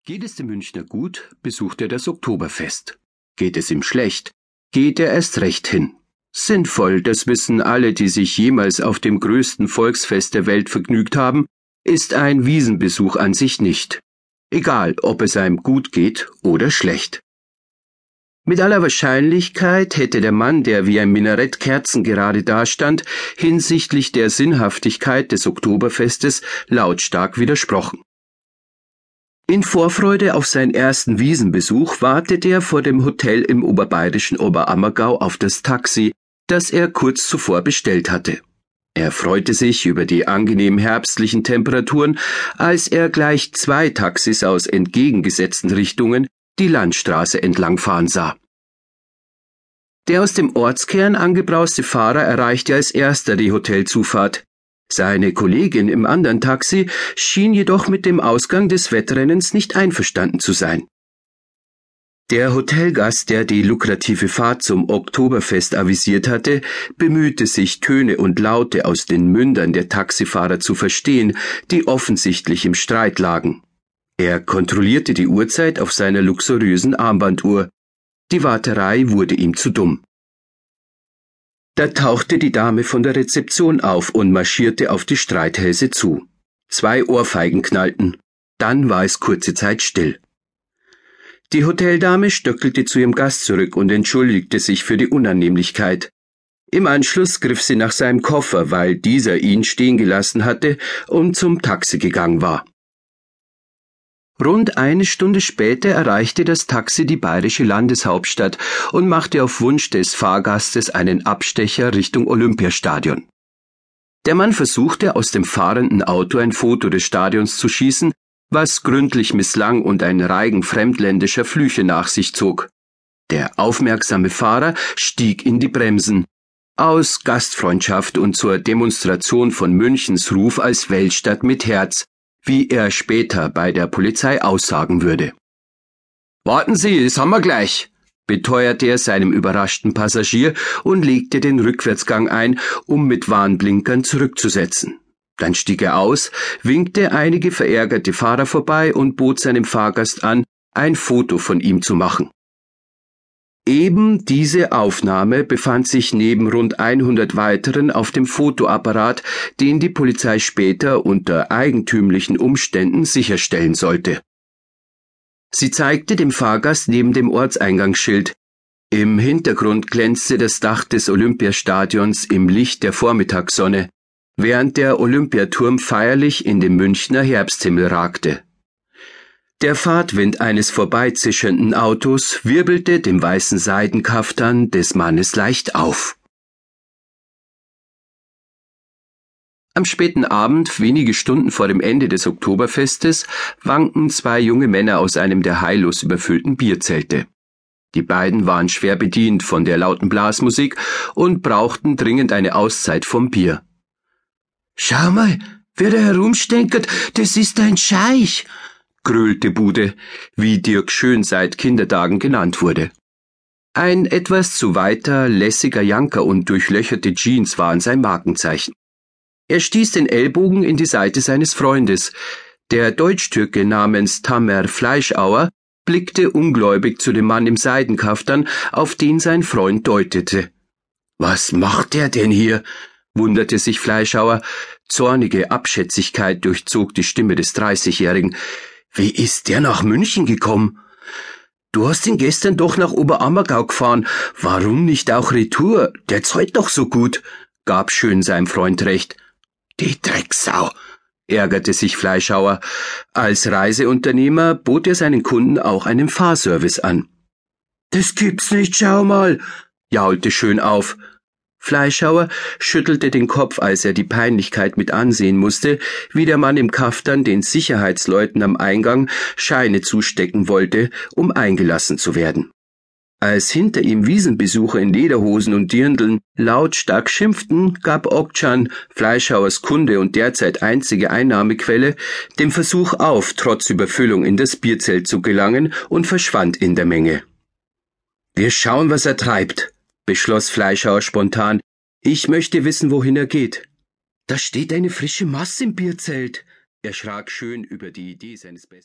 Geht es dem Münchner gut, besucht er das Oktoberfest. Geht es ihm schlecht, geht er erst recht hin. Sinnvoll, das wissen alle, die sich jemals auf dem größten Volksfest der Welt vergnügt haben, ist ein Wiesenbesuch an sich nicht. Egal, ob es einem gut geht oder schlecht. Mit aller Wahrscheinlichkeit hätte der Mann, der wie ein Minarett kerzengerade dastand, hinsichtlich der Sinnhaftigkeit des Oktoberfestes lautstark widersprochen. In Vorfreude auf seinen ersten Wiesenbesuch wartete er vor dem Hotel im oberbayerischen Oberammergau auf das Taxi, das er kurz zuvor bestellt hatte. Er freute sich über die angenehm herbstlichen Temperaturen, als er gleich 2 Taxis aus entgegengesetzten Richtungen die Landstraße entlangfahren sah. Der aus dem Ortskern angebrauste Fahrer erreichte als erster die Hotelzufahrt. Seine Kollegin im anderen Taxi schien jedoch mit dem Ausgang des Wettrennens nicht einverstanden zu sein. Der Hotelgast, der die lukrative Fahrt zum Oktoberfest avisiert hatte, bemühte sich, Töne und Laute aus den Mündern der Taxifahrer zu verstehen, die offensichtlich im Streit lagen. Er kontrollierte die Uhrzeit auf seiner luxuriösen Armbanduhr. Die Warterei wurde ihm zu dumm. Da tauchte die Dame von der Rezeption auf und marschierte auf die Streithälse zu. 2 Ohrfeigen knallten. Dann war es kurze Zeit still. Die Hoteldame stöckelte zu ihrem Gast zurück und entschuldigte sich für die Unannehmlichkeit. Im Anschluss griff sie nach seinem Koffer, weil dieser ihn stehen gelassen hatte und zum Taxi gegangen war. Rund 1 Stunde später erreichte das Taxi die bayerische Landeshauptstadt und machte auf Wunsch des Fahrgastes einen Abstecher Richtung Olympiastadion. Der Mann versuchte, aus dem fahrenden Auto ein Foto des Stadions zu schießen, was gründlich misslang und ein Reigen fremdländischer Flüche nach sich zog. Der aufmerksame Fahrer stieg in die Bremsen. Aus Gastfreundschaft und zur Demonstration von Münchens Ruf als Weltstadt mit Herz, wie er später bei der Polizei aussagen würde. »Warten Sie, das haben wir gleich«, beteuerte er seinem überraschten Passagier und legte den Rückwärtsgang ein, um mit Warnblinkern zurückzusetzen. Dann stieg er aus, winkte einige verärgerte Fahrer vorbei und bot seinem Fahrgast an, ein Foto von ihm zu machen. Eben diese Aufnahme befand sich neben rund 100 weiteren auf dem Fotoapparat, den die Polizei später unter eigentümlichen Umständen sicherstellen sollte. Sie zeigte dem Fahrgast neben dem Ortseingangsschild. Im Hintergrund glänzte das Dach des Olympiastadions im Licht der Vormittagssonne, während der Olympiaturm feierlich in den Münchner Herbsthimmel ragte. Der Fahrtwind eines vorbeizischenden Autos wirbelte dem weißen Seidenkaftan des Mannes leicht auf. Am späten Abend, wenige Stunden vor dem Ende des Oktoberfestes, wankten 2 junge Männer aus einem der heillos überfüllten Bierzelte. Die beiden waren schwer bedient von der lauten Blasmusik und brauchten dringend eine Auszeit vom Bier. »Schau mal, wer da herumstenkert, das ist ein Scheich«, gröhlte Bude, wie Dirk Schön seit Kindertagen genannt wurde. Ein etwas zu weiter, lässiger Janker und durchlöcherte Jeans waren sein Markenzeichen. Er stieß den Ellbogen in die Seite seines Freundes. Der Deutschtürke namens Tamer Fleischauer blickte ungläubig zu dem Mann im Seidenkaftan, auf den sein Freund deutete. »Was macht der denn hier?« wunderte sich Fleischauer. Zornige Abschätzigkeit durchzog die Stimme des 30-Jährigen. »Wie ist der nach München gekommen? Du hast ihn gestern doch nach Oberammergau gefahren. Warum nicht auch Retour? Der zahlt doch so gut«, gab Schön seinem Freund recht. »Die Drecksau«, ärgerte sich Fleischauer. Als Reiseunternehmer bot er seinen Kunden auch einen Fahrservice an. »Das gibt's nicht, schau mal«, jaulte Schön auf. Fleischauer schüttelte den Kopf, als er die Peinlichkeit mit ansehen musste, wie der Mann im Kaftan den Sicherheitsleuten am Eingang Scheine zustecken wollte, um eingelassen zu werden. Als hinter ihm Wiesenbesucher in Lederhosen und Dirndln lautstark schimpften, gab Okcan, Fleischauers Kunde und derzeit einzige Einnahmequelle, den Versuch auf, trotz Überfüllung in das Bierzelt zu gelangen und verschwand in der Menge. »Wir schauen, was er treibt«, beschloss Fleischauer spontan. »Ich möchte wissen, wohin er geht.« »Da steht eine frische Masse im Bierzelt«, erschrak Schön über die Idee seines Besten.